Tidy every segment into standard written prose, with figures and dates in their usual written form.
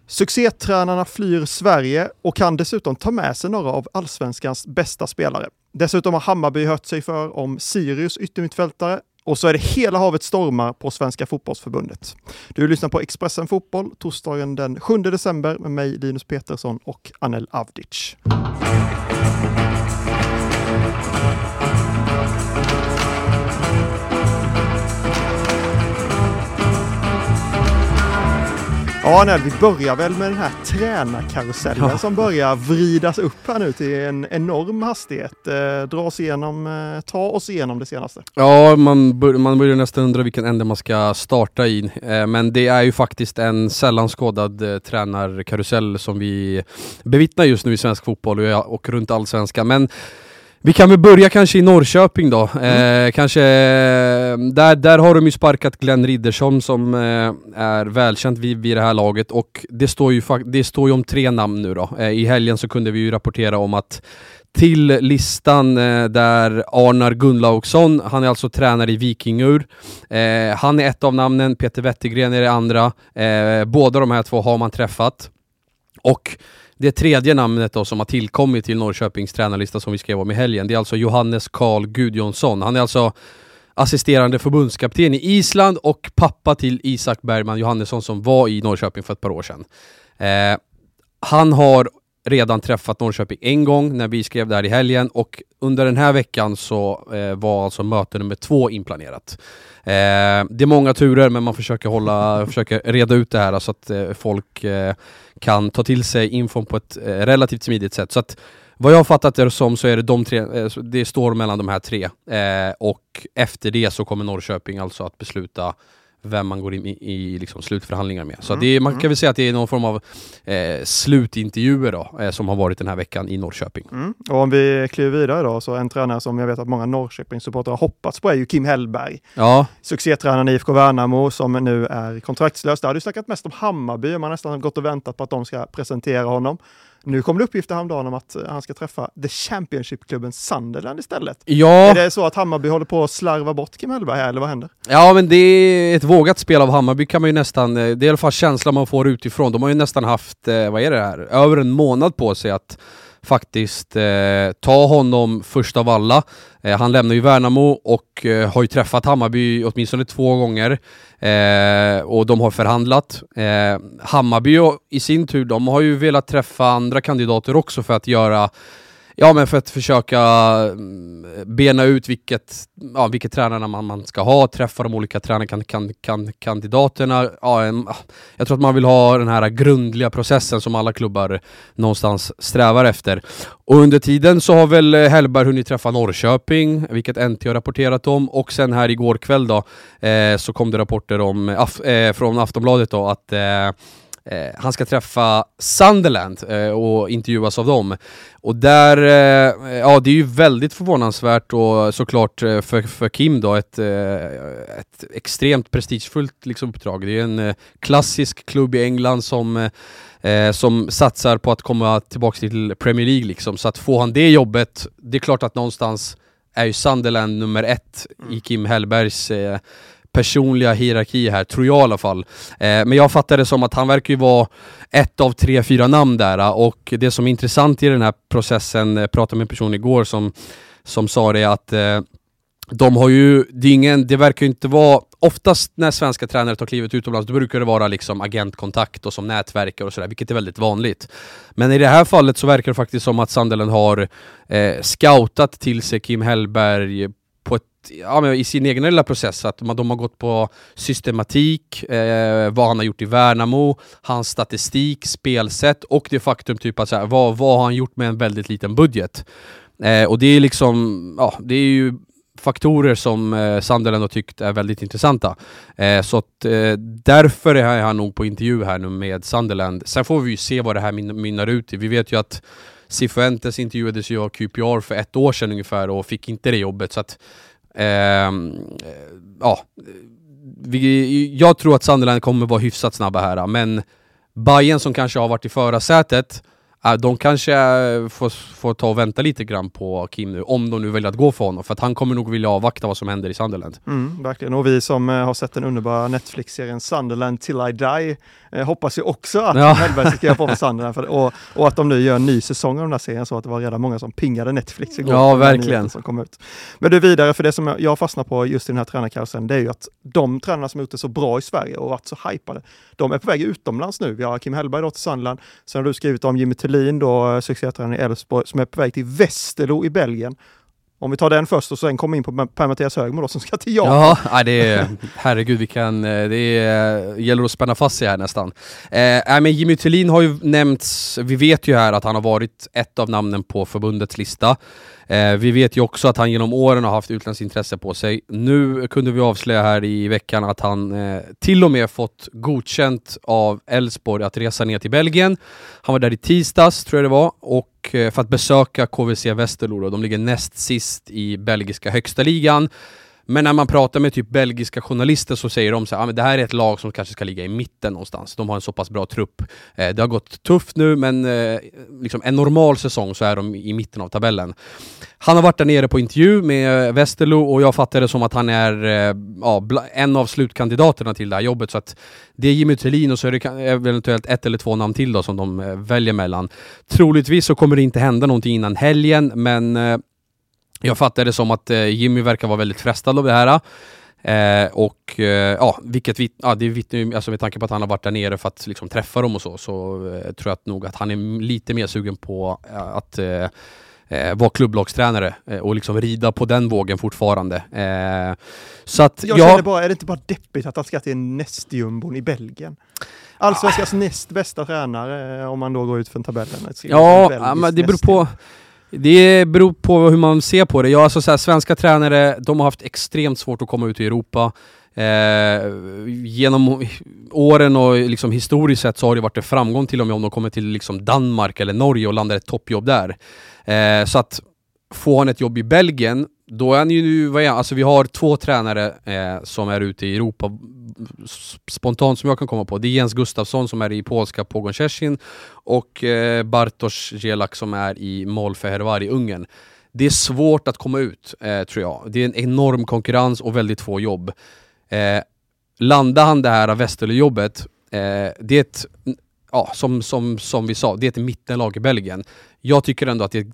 Succétränarna flyr Sverige och kan dessutom ta med sig några av allsvenskans bästa spelare. Dessutom har Hammarby hört sig för om Sirius yttermittfältare och så är det hela havet stormar på Svenska fotbollsförbundet. Du lyssnar på Expressen Fotboll torsdagen den 7 december med mig Linus Petersson och Anel Avdic. Ja, Anel, vi börjar väl med den här tränarkarusellen som börjar vridas upp här nu till en enorm hastighet. Ta oss igenom det senaste. Ja, man börjar nästan undra vilken ände man ska starta i. Men det är ju faktiskt en sällan skådad tränarkarusell som vi bevittnar just nu i svensk fotboll och runt allsvenskan. Men vi kan väl börja kanske i Norrköping då. Kanske där har de ju sparkat Glenn Riddersholm som är välkänt vid det här laget, och det står ju om 3 namn nu då. I helgen så kunde vi ju rapportera om att till listan där Arnar Gunnlaugsson, han är alltså tränare i Vikingur. Han är ett av namnen, Peter Wettergren är det andra. Båda de här två har man träffat. Och det tredje namnet då som har tillkommit till Norrköpings tränarlista som vi skrev om i helgen, det är alltså Johannes Karl Gudjonsson. Han är alltså assisterande förbundskapten i Island och pappa till Isak Bergman Johannesson som var i Norrköping för ett par år sedan. Han har redan träffat Norrköping en gång när vi skrev det här i helgen, och under den här veckan så var alltså möte nummer 2 inplanerat. Det är många turer, men man försöker reda ut det här så att folk kan ta till sig infon på ett relativt smidigt sätt. Så att vad jag har fattat det som så är det de 3, det står mellan de här 3, och efter det så kommer Norrköping alltså att besluta vem man går in i liksom slutförhandlingar med. Så man kan väl säga att det är någon form av slutintervjuer då, som har varit den här veckan i Norrköping. Och om vi kliver vidare då, så en tränare som jag vet att många Norrköpingssupportrar har hoppats på är ju Kim Hellberg. Ja. Succétränaren i IFK Värnamo som nu är kontraktslös. Där har du snackat mest om Hammarby, man har nästan gått och väntat på att de ska presentera honom. Nu kommer det uppgifter häromdagen om att han ska träffa The Championship-klubben Sunderland istället. Ja. Är det så att Hammarby håller på att slarva bort Kim Hellberg här, eller vad händer? Ja, men det är ett vågat spel av Hammarby kan man ju nästan, det är i alla fall känslan man får utifrån. De har ju nästan haft, över en månad på sig att faktiskt ta honom först av alla. Han lämnar ju Värnamo och har ju träffat Hammarby åtminstone 2 gånger. Och de har förhandlat. Hammarby i sin tur, de har ju velat träffa andra kandidater också för att göra, för att försöka bena ut vilket tränarna man ska ha, träffa de olika tränarkandidaterna. Jag tror att man vill ha den här grundliga processen som alla klubbar någonstans strävar efter. Och under tiden så har väl Hellberg hunnit träffa Norrköping, vilket NT har rapporterat om, och sen här igår kväll då så kom det rapporter om från Aftonbladet då att han ska träffa Sunderland och intervjuas av dem. Och där, det är ju väldigt förvånansvärt, och såklart för Kim då ett extremt prestigefullt liksom uppdrag. Det är en klassisk klubb i England som satsar på att komma tillbaka till Premier League liksom. Så att få han det jobbet, det är klart att någonstans är ju Sunderland nummer 1 i Kim Hellbergs personliga hierarki här, tror jag i alla fall. Men jag fattar det som att han verkar ju vara ett av 3-4 namn där, och det som är intressant i den här processen, jag pratade med en person igår som sa det, att de har ju, det verkar ju inte vara, oftast när svenska tränare tar klivet utomlands, då brukar det vara liksom agentkontakt och som nätverkare och sådär, vilket är väldigt vanligt. Men i det här fallet så verkar det faktiskt som att Sunderland har scoutat till sig Kim Hellberg på i sin egen lilla process, att de har gått på systematik, vad han har gjort i Värnamo, hans statistik, spelsätt och det faktum typ att vad har han gjort med en väldigt liten budget. Och det är liksom, det är ju faktorer som Sunderland har tyckt är väldigt intressanta. Så att därför är han nog på intervju här nu med Sunderland. Sen får vi ju se vad det här mynnar ut i. Vi vet ju att Cifuentes intervjuades ju av QPR för 1 år sedan ungefär och fick inte det jobbet. Så att jag tror att Sunderland kommer vara hyfsat snabba här. Men Bayern som kanske har varit i förarsätet, de kanske får ta och vänta lite grann på Kim nu, om de nu väljer att gå för honom. För att han kommer nog vilja avvakta vad som händer i Sunderland. Verkligen. Och vi som har sett den underbara Netflix-serien Sunderland Till I Die hoppas ju också att Hellberg ska skriva på för Sunderland och att de nu gör en ny säsong av den här serien, så att det var redan många som pingade Netflix igår. Ja, verkligen. Som kom ut. Men du, vidare, för det som jag fastnar på just i den här tränarkarusellen, det är ju att de tränarna som gjort det så bra i Sverige och varit så hypade, de är på väg utomlands nu. Vi har Kim Hellberg då till Sunderland, sen har du skrivit om Jimmy Thelin då, succétränaren i Elfsborg, som är på väg till Westerlo i Belgien. Om vi tar den först och sen kommer in på Per-Mattias Högmo då, som ska till Japan. Ja, det är, herregud, gäller att spänna fast sig här nästan. Men Jimmy Thelin har ju nämnts, vi vet ju här att han har varit ett av namnen på förbundets lista. Vi vet ju också att han genom åren har haft utlandsintresse på sig. Nu kunde vi avslöja här i veckan att han till och med fått godkänt av Elfsborg att resa ner till Belgien. Han var där i tisdags, tror jag det var, och för att besöka KVC Westerlo. De ligger näst sist i belgiska högsta ligan. Men när man pratar med typ belgiska journalister så säger de så här, men det här är ett lag som kanske ska ligga i mitten någonstans. De har en så pass bra trupp. Det har gått tufft nu, men liksom en normal säsong så är de i mitten av tabellen. Han har varit där nere på intervju med Westerlo och jag fattar det som att han är en av slutkandidaterna till det här jobbet. Så att det är Jimmy Thelin och så är det eventuellt 1 eller 2 namn till då som de väljer mellan. Troligtvis så kommer det inte hända någonting innan helgen, men jag fattar det som att Jimmy verkar vara väldigt frestad av det här. Det vittnar ju, alltså med tanke på att han har varit där nere för att liksom träffa dem och så tror jag nog att han är lite mer sugen på att vara klubblagstränare och liksom rida på den vågen fortfarande. Så att jag känner bara, är det inte bara deppigt att han ska till nästjumbon i Belgien? Allsvenskans näst bästa tränare om man då går ut för tabellen. Men det beror på hur man ser på det. Ja, alltså så här, svenska tränare, de har haft extremt svårt att komma ut i Europa. Genom åren och liksom historiskt sett så har det varit en framgång till och med om de kommer till liksom Danmark eller Norge och landar ett toppjobb där. Så att få han ett jobb i Belgien, då är han ju nu, alltså vi har 2 tränare som är ute i Europa spontant som jag kan komma på. Det är Jens Gustafsson som är i polska Pogon Szczecin och Bartosz Jelak som är i Molfehervar i Ungern. Det är svårt att komma ut, tror jag. Det är en enorm konkurrens och väldigt få jobb. Landar han det här Westerlo-jobbet, det är ett, som vi sa, det är ett mittenlag i Belgien. Jag tycker ändå att det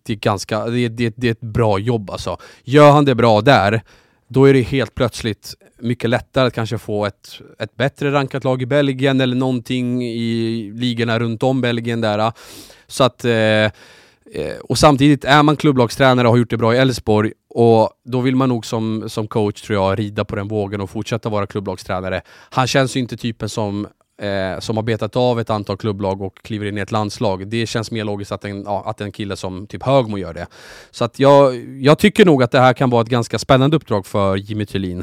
är ett bra jobb alltså. Gör han det bra där, då är det helt plötsligt mycket lättare att kanske få ett bättre rankat lag i Belgien eller någonting i ligorna runt om Belgien där. Så att och samtidigt är man klubblagstränare och har gjort det bra i Elfsborg, och då vill man nog som coach, tror jag, rida på den vågen och fortsätta vara klubblagstränare. Han känns ju inte typen som har betat av ett antal klubblag och kliver in i ett landslag. Det känns mer logiskt att en kille som typ Högmo gör det. Så att jag tycker nog att det här kan vara ett ganska spännande uppdrag för Jimmy Thelin.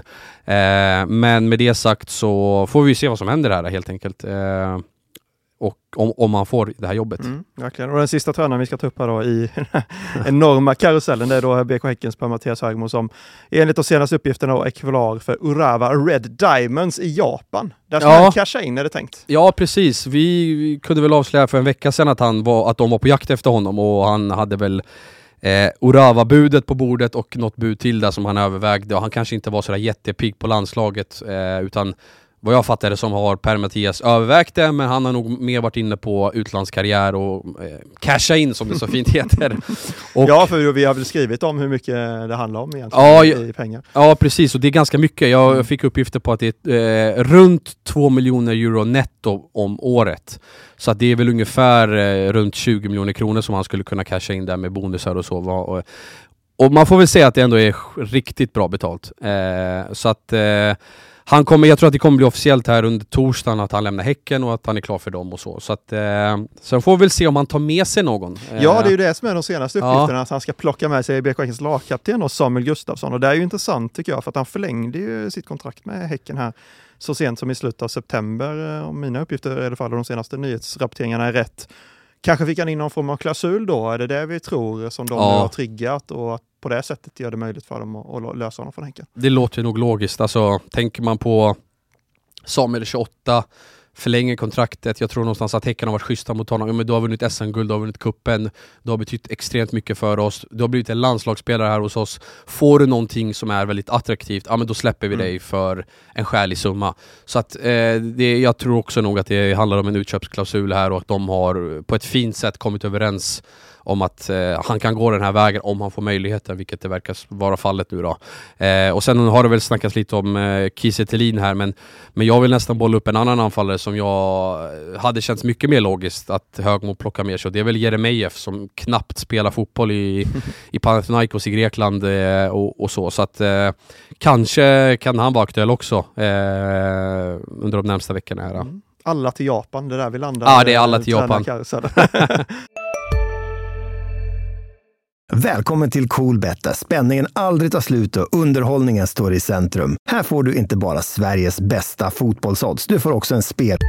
Men med det sagt så får vi se vad som händer här helt enkelt. Och om man får det här jobbet. Verkligen. Och den sista tränaren vi ska ta upp här då i den här enorma karusellen, det är då BK Häckens Per-Mattias Högmo som enligt de senaste uppgifterna är kvar för Urawa Red Diamonds i Japan. Där ska han casha in, är det tänkt? Ja, precis. Vi kunde väl avslöja för en vecka sedan att de var på jakt efter honom, och han hade väl Urawa-budet på bordet och något bud till där som han övervägde, och han kanske inte var sådär jättepigg på landslaget utan vad jag fattar det som har Per-Mattias övervägt det, men han har nog mer varit inne på utlandskarriär och casha in, som det så fint heter. Och ja, för vi har väl skrivit om hur mycket det handlar om egentligen i pengar. Ja, precis, och det är ganska mycket. Jag fick uppgifter på att det är runt 2 miljoner euro netto om året. Så att det är väl ungefär runt 20 miljoner kronor som han skulle kunna casha in där med bonusar och så. Och man får väl säga att det ändå är riktigt bra betalt. Så att jag tror att det kommer bli officiellt här under torsdagen att han lämnar Häcken och att han är klar för dem och så. Så att sen får vi väl se om han tar med sig någon. Ja, det är ju det som är de senaste uppgifterna, att han ska plocka med sig BK Häckens lagkapten och Samuel Gustafsson. Och det är ju intressant tycker jag, för att han förlängde ju sitt kontrakt med Häcken här så sent som i slutet av september. Om mina uppgifter i alla fall och de senaste nyhetsrapporteringarna är rätt. Kanske fick han in någon form av klausul då, är det vi tror som de har triggat, och att på det sättet gör det möjligt för dem att lösa honom från Häcken. Det låter nog logiskt. Alltså, tänker man på Samuel 28, förlänger kontraktet. Jag tror någonstans att Häcken har varit schyssta mot honom. Ja, men du har vunnit SM-guld, du har vunnit kuppen. Du har betytt extremt mycket för oss. Du har blivit en landslagsspelare här hos oss. Får du någonting som är väldigt attraktivt, ja men då släpper vi dig för en skälig summa. Så att jag tror också nog att det handlar om en utköpsklausul här och att de har på ett fint sätt kommit överens om att han kan gå den här vägen om han får möjligheten, vilket det verkar vara fallet nu då. Och sen har det väl snackats lite om Kiese Thelin här, men jag vill nästan bolla upp en annan anfallare som jag hade känts mycket mer logiskt att Högmo plockar med sig. Det är väl Jeremejeff som knappt spelar fotboll i Panathinaikos i Grekland och så. Så att kanske kan han vara aktuell också under de närmsta veckorna här. Alla till Japan, det där vi landar. Ja, det är alla till Japan. Välkommen till Coolbet där spänningen aldrig tar slut och underhållningen står i centrum. Här får du inte bara Sveriges bästa fotbollsodds, du får också en spel.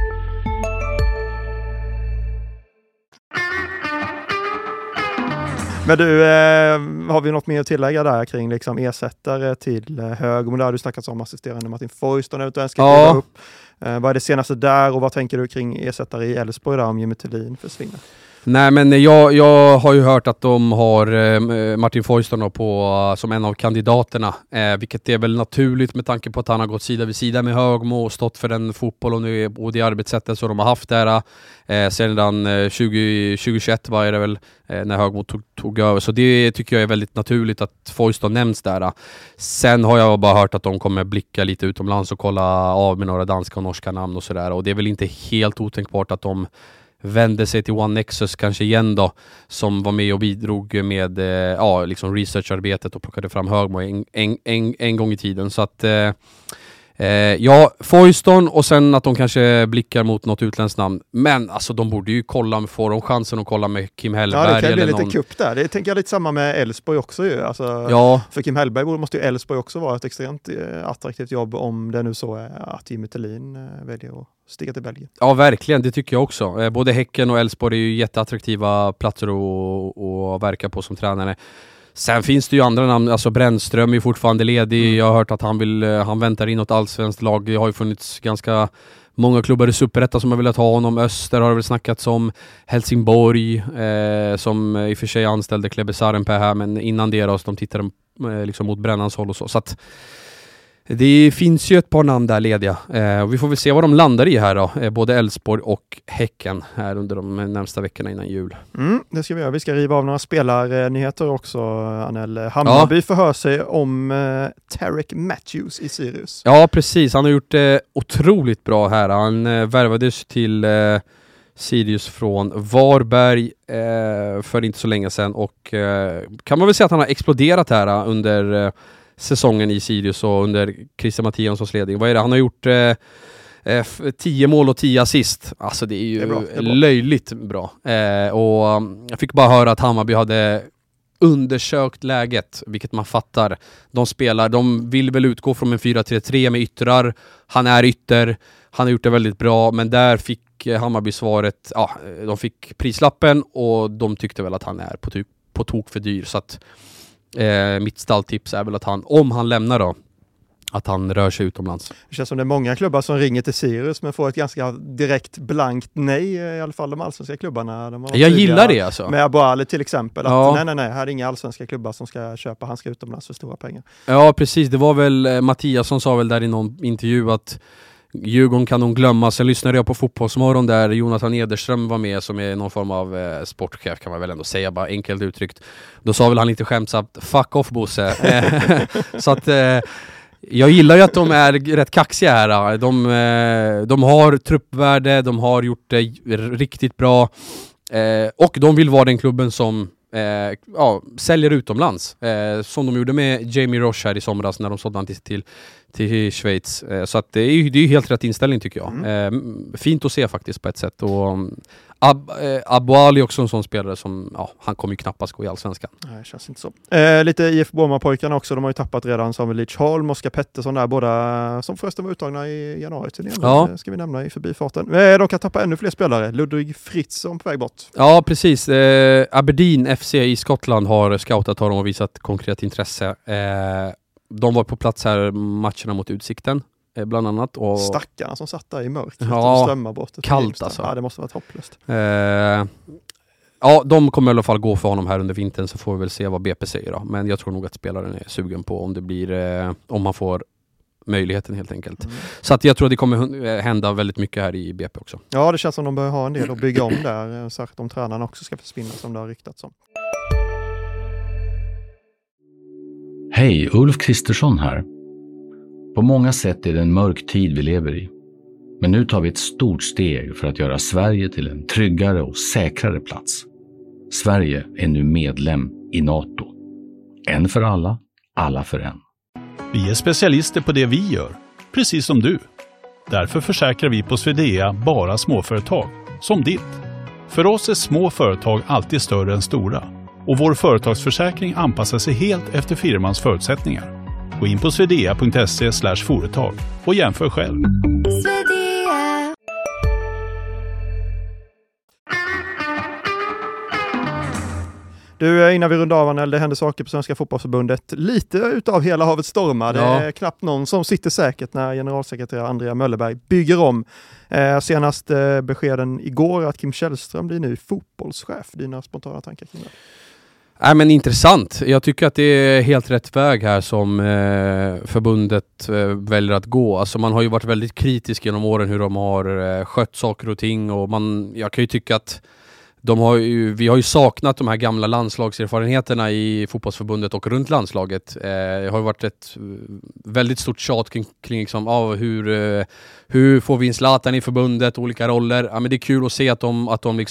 Men du, har vi något mer att tillägga där kring liksom ersättare till Högmo? Där har du snackat om assisterande Martin Foyston eventuellt ska kliva upp. Vad är det senaste där och vad tänker du kring ersättare i Elfsborg där om Jimmy Thelin försvinner? Nej, men jag har ju hört att de har Martin Foyston på som en av kandidaterna, vilket är väl naturligt med tanke på att han har gått sida vid sida med Högmo och stått för den fotboll och det arbetssättet som de har haft där sedan 2021 var det väl när Högmo tog över. Så det tycker jag är väldigt naturligt att Foyston nämns där. Sen har jag bara hört att de kommer blicka lite utomlands och kolla av med några danska och norska namn och sådär. Och det är väl inte helt otänkbart att de vände sig till One Nexus kanske igen då, som var med och bidrog med liksom researcharbetet och plockade fram Högmo en gång i tiden. Så att Foyston och sen att de kanske blickar mot något utländskt namn. Men alltså de borde ju kolla, får de chansen att kolla med Kim Hellberg. Ja, det kan bli eller lite någon... kupp där. Det tänker jag lite samma med Elfsborg också ju. Alltså, för Kim Hellberg måste ju Elfsborg också vara ett extremt attraktivt jobb om det nu så är att Jimmy Thelin väljer att stiga till Belgien. Ja, verkligen. Det tycker jag också. Både Häcken och Elfsborg är ju jätteattraktiva platser att verka på som tränare. Sen finns det ju andra namn, alltså Brännström är fortfarande ledig. Jag har hört att han väntar in något allsvenskt lag. Det har ju funnits ganska många klubbar i Superetta som har velat ha honom. Öster har det väl snackats om. Helsingborg som i och för sig anställde Klebe Sarenpää här, men innan det då, så de tittade liksom mot Brännans håll och så. Så att det finns ju ett par namn där lediga. Vi får väl se vad de landar i här då. Både Elfsborg och Häcken här under de närmsta veckorna innan jul. Det ska vi göra. Vi ska riva av några spelarnyheter också, Anel. Hammarby förhör sig om Tarek Matthews i Sirius. Ja, precis. Han har gjort det otroligt bra här. Han värvades till Sirius från Varberg för inte så länge sedan och kan man väl säga att han har exploderat här under säsongen i Sirius och under Christian Mattiassons ledning. Vad är det? Han har gjort 10 mål och 10 assist. Alltså det är ju det är löjligt bra. Och jag fick bara höra att Hammarby hade undersökt läget, vilket man fattar. De vill väl utgå från en 4-3-3 med yttrar. Han är ytter. Han har gjort det väldigt bra, men där fick Hammarby svaret, de fick prislappen och de tyckte väl att han är på tok för dyr. Så att mitt stalltips är väl att om han lämnar då, att han rör sig utomlands. Det känns som det är många klubbar som ringer till Sirius men får ett ganska direkt blankt nej, i alla fall de allsvenska klubbarna. Jag gillar det alltså. Med Aboali till exempel. Att nej, här är inga allsvenska klubbar som ska köpa, han ska utomlands för stora pengar. Ja, precis. Det var väl Mattias som sa väl där i någon intervju att Djurgården kan de glömma. Sen lyssnade jag på Fotbollsmorgon där Jonathan Ederström var med, som är någon form av sportchef kan man väl ändå säga, bara enkelt uttryckt. Då sa väl han lite skämtsamt, fuck off Bosse. Så att jag gillar ju att de är rätt kaxiga här. De har truppvärde, de har gjort det riktigt bra och de vill vara den klubben som säljer utomlands. Som de gjorde med Jamie Roche här i somras när de sålde han till Schweiz. Så att det är helt rätt inställning tycker jag. Fint att se faktiskt på ett sätt. Och Aboali också en sån spelare som, han kommer ju knappast gå i Allsvenskan. Nej, det känns inte så. Lite IF Bromma-pojkarna också, de har ju tappat redan Samuel Lidsholm, Oskar Pettersson där, båda som förresten var uttagna i januari till det ska vi nämna i förbifarten. De kan tappa ännu fler spelare. Ludvig Fritzson på väg bort. Ja, precis. Aberdeen FC i Skottland har scoutat honom och visat konkret intresse. De var på plats här matcherna mot Utsikten. bland annat. Och stackarna som satt där i mörkret och strömavbrottet. Kallt alltså. Ja, det måste vara hopplöst. Ja, de kommer i alla fall gå för honom här under vintern, så får vi väl se vad BP säger då. Men jag tror nog att spelaren är sugen på om det blir, om man får möjligheten helt enkelt. Så att jag tror att det kommer hända väldigt mycket här i BP också. Ja, det känns som de bör ha en del att bygga om där, särskilt om tränarna också ska försvinna som det har ryktats om. Hej, Ulf Kristersson här. På många sätt är det en mörk tid vi lever i. Men nu tar vi ett stort steg för att göra Sverige till en tryggare och säkrare plats. Sverige är nu medlem i NATO. En för alla, alla för en. Vi är specialister på det vi gör, precis som du. Därför försäkrar vi på Swedea bara småföretag, som ditt. För oss är små företag alltid större än stora. Och vår företagsförsäkring anpassar sig helt efter firmans förutsättningar. Gå in på swedea.se/företag och jämför själv. Du, innan vi rundar av, det händer saker på Svenska fotbollsförbundet. Lite utav hela havet stormar. Det är knappt någon som sitter säkert när generalsekreterare Andrea Möllerberg bygger om. Senast beskeden igår att Kim Källström blir ny fotbollschef. Dina spontana tankar kring det? Nej, men intressant. Jag tycker att det är helt rätt väg här som förbundet väljer att gå. Alltså man har ju varit väldigt kritisk genom åren hur de har skött saker och ting, och jag kan ju tycka att vi har ju saknat de här gamla landslagserfarenheterna i fotbollsförbundet och runt landslaget. Det har ju varit ett väldigt stort tjat kring liksom, hur får vi in Zlatan i förbundet, olika roller. Ja, men det är kul att se att de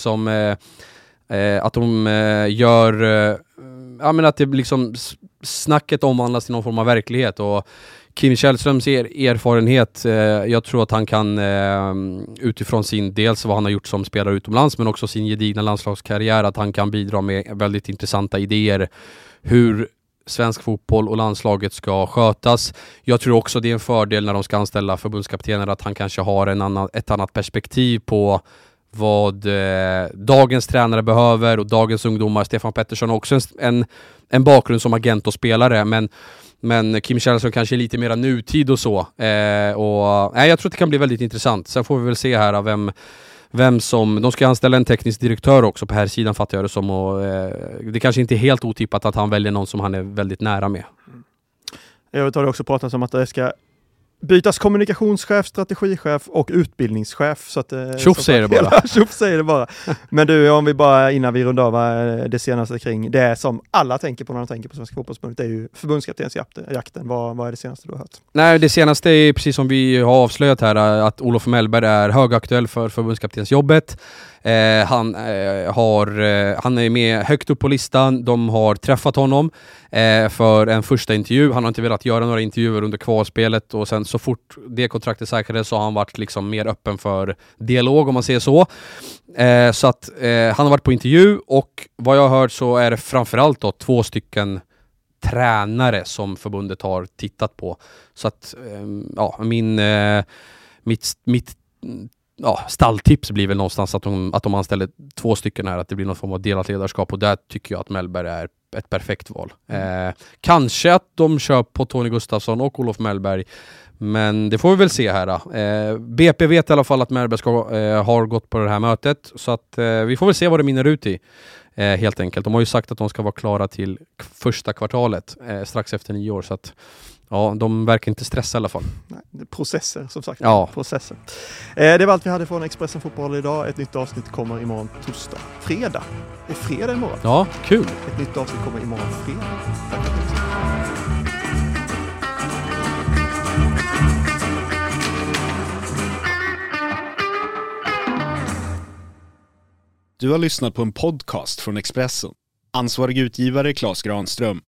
gör men att det liksom snacket omvandlas till någon form av verklighet. Och Kim Källströms erfarenhet, jag tror att han kan utifrån dels vad han har gjort som spelare utomlands, men också sin gedigna landslagskarriär, att han kan bidra med väldigt intressanta idéer hur svensk fotboll och landslaget ska skötas. Jag tror också det är en fördel när de ska anställa förbundskaptener att han kanske har ett annat perspektiv på vad dagens tränare behöver och dagens ungdomar. Stefan Pettersson har också en bakgrund som agent och spelare, men Kim Källström kanske är lite mera nutid och så. Jag tror att det kan bli väldigt intressant. Sen får vi väl se här vem som... De ska anställa en teknisk direktör också på här sidan, fattar jag det som. Och, det kanske inte är helt otippat att han väljer någon som han är väldigt nära med. Jag har också pratat om att det ska bytas kommunikationschef, strategichef och utbildningschef. Så att, Tjoff säger det bara. Tjoff säger det bara. Men du, om vi bara innan vi rundar av det senaste kring det som alla tänker på när de tänker på Svenska fotbollsförbundet, det är ju förbundskaptensjakten. Vad är det senaste du har hört? Nej, det senaste är precis som vi har avslöjat här, att Olof Mellberg är högaktuell för förbundskaptensjobbet. Han är med högt upp på listan. De har träffat honom för en första intervju. Han har inte velat göra några intervjuer under kvalspelet, och sen så fort det kontraktet säkrades så har han varit liksom mer öppen för dialog, om man säger så. Så att han har varit på intervju, och vad jag har hört så är det framförallt då 2 stycken tränare som förbundet har tittat på. Så att mitt stalltips blir väl någonstans att de anställer 2 stycken här, att det blir någon form av delat ledarskap, och där tycker jag att Mellberg är ett perfekt val. Kanske att de kör på Tony Gustafsson och Olof Mellberg, men det får vi väl se här. BP vet i alla fall att Mellberg har gått på det här mötet, så att vi får väl se vad det minner ut i. Helt enkelt. De har ju sagt att de ska vara klara till första kvartalet, strax efter 9 år, så att ja, de verkar inte stressa i alla fall. Nej, processer, som sagt. Ja. Processer. Det var allt vi hade från Expressen Fotboll idag. Ett nytt avsnitt kommer imorgon torsdag. Fredag. Det är fredag imorgon. Ja, kul. Ett nytt avsnitt kommer imorgon fredag. Tack för det. Du har lyssnat på en podcast från Expressen. Ansvarig utgivare Claes Granström.